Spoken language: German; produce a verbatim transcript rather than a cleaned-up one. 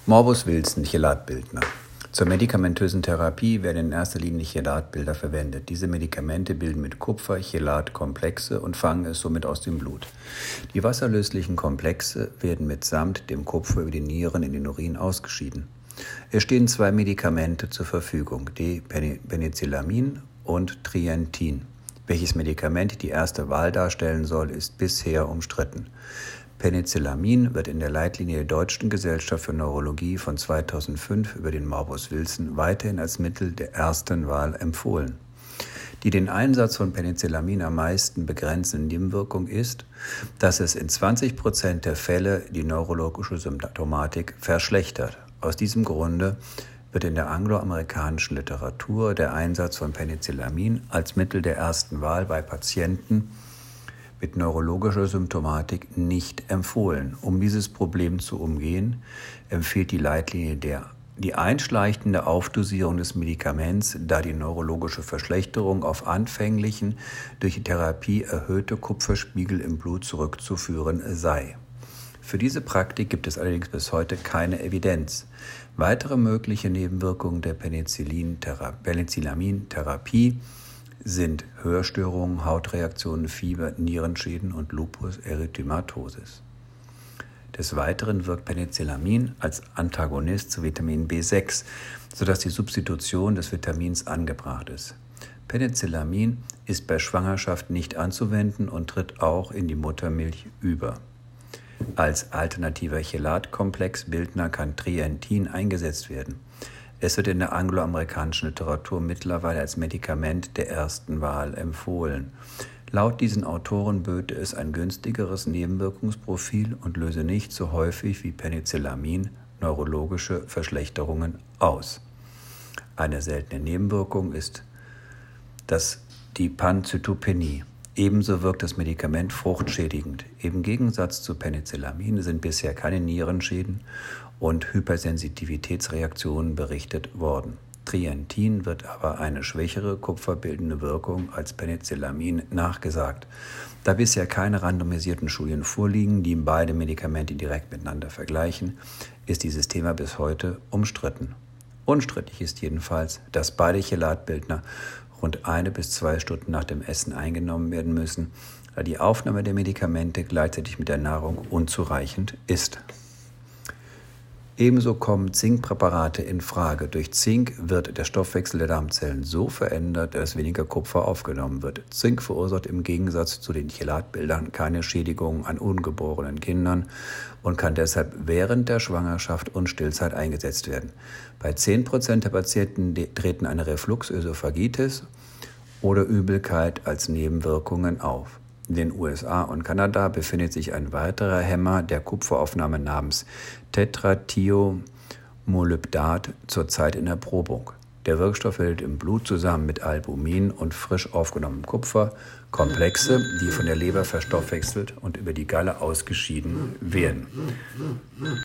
Morbus Wilson, Chelatbildner. Zur medikamentösen Therapie werden in erster Linie Chelatbilder verwendet. Diese Medikamente bilden mit Kupfer Chelat Komplexe und fangen es somit aus dem Blut. Die wasserlöslichen Komplexe werden mitsamt dem Kupfer über die Nieren in den Urin ausgeschieden. Es stehen zwei Medikamente zur Verfügung, D-Penicillamine und Trientin. Welches Medikament die erste Wahl darstellen soll, ist bisher umstritten. Penicillamine wird in der Leitlinie der Deutschen Gesellschaft für Neurologie von zweitausendfünf über den Morbus Wilson weiterhin als Mittel der ersten Wahl empfohlen. Die den Einsatz von Penicillamine am meisten begrenzende Nebenwirkung ist, dass es in zwanzig Prozent der Fälle die neurologische Symptomatik verschlechtert. Aus diesem Grunde wird in der angloamerikanischen Literatur der Einsatz von Penicillamine als Mittel der ersten Wahl bei Patienten mit neurologischer Symptomatik nicht empfohlen. Um dieses Problem zu umgehen, empfiehlt die Leitlinie der, die einschleichende Aufdosierung des Medikaments, da die neurologische Verschlechterung auf anfänglichen, durch die Therapie erhöhte Kupferspiegel im Blut zurückzuführen sei. Für diese Praktik gibt es allerdings bis heute keine Evidenz. Weitere mögliche Nebenwirkungen der Penicillamine-Therapie sind Hörstörungen, Hautreaktionen, Fieber, Nierenschäden und Lupus erythematosus. Des Weiteren wirkt Penicillamine als Antagonist zu Vitamin B sechs, sodass die Substitution des Vitamins angebracht ist. Penicillamine ist bei Schwangerschaft nicht anzuwenden und tritt auch in die Muttermilch über. Als alternativer Chelatkomplexbildner kann Trientin eingesetzt werden. Es wird in der angloamerikanischen Literatur mittlerweile als Medikament der ersten Wahl empfohlen. Laut diesen Autoren böte es ein günstigeres Nebenwirkungsprofil und löse nicht so häufig wie Penicillamine neurologische Verschlechterungen aus. Eine seltene Nebenwirkung ist das, die Panzytopenie. Ebenso wirkt das Medikament fruchtschädigend. Im Gegensatz zu Penicillamine sind bisher keine Nierenschäden und Hypersensitivitätsreaktionen berichtet worden. Trientin wird aber eine schwächere kupferbildende Wirkung als Penicillamine nachgesagt. Da bisher keine randomisierten Studien vorliegen, die beide Medikamente direkt miteinander vergleichen, ist dieses Thema bis heute umstritten. Unstrittig ist jedenfalls, dass beide Chelatbildner rund eine bis zwei Stunden nach dem Essen eingenommen werden müssen, da die Aufnahme der Medikamente gleichzeitig mit der Nahrung unzureichend ist. Ebenso kommen Zinkpräparate in Frage. Durch Zink wird der Stoffwechsel der Darmzellen so verändert, dass weniger Kupfer aufgenommen wird. Zink verursacht im Gegensatz zu den Chelatbildern keine Schädigungen an ungeborenen Kindern und kann deshalb während der Schwangerschaft und Stillzeit eingesetzt werden. Bei zehn Prozent der Patienten treten eine Refluxösophagitis oder Übelkeit als Nebenwirkungen auf. In den U S A und Kanada befindet sich ein weiterer Hemmer der Kupferaufnahme namens Tetratiomolybdat zurzeit in Erprobung. Der Wirkstoff hält im Blut zusammen mit Albumin und frisch aufgenommenem Kupfer Komplexe, die von der Leber verstoffwechselt und über die Galle ausgeschieden werden.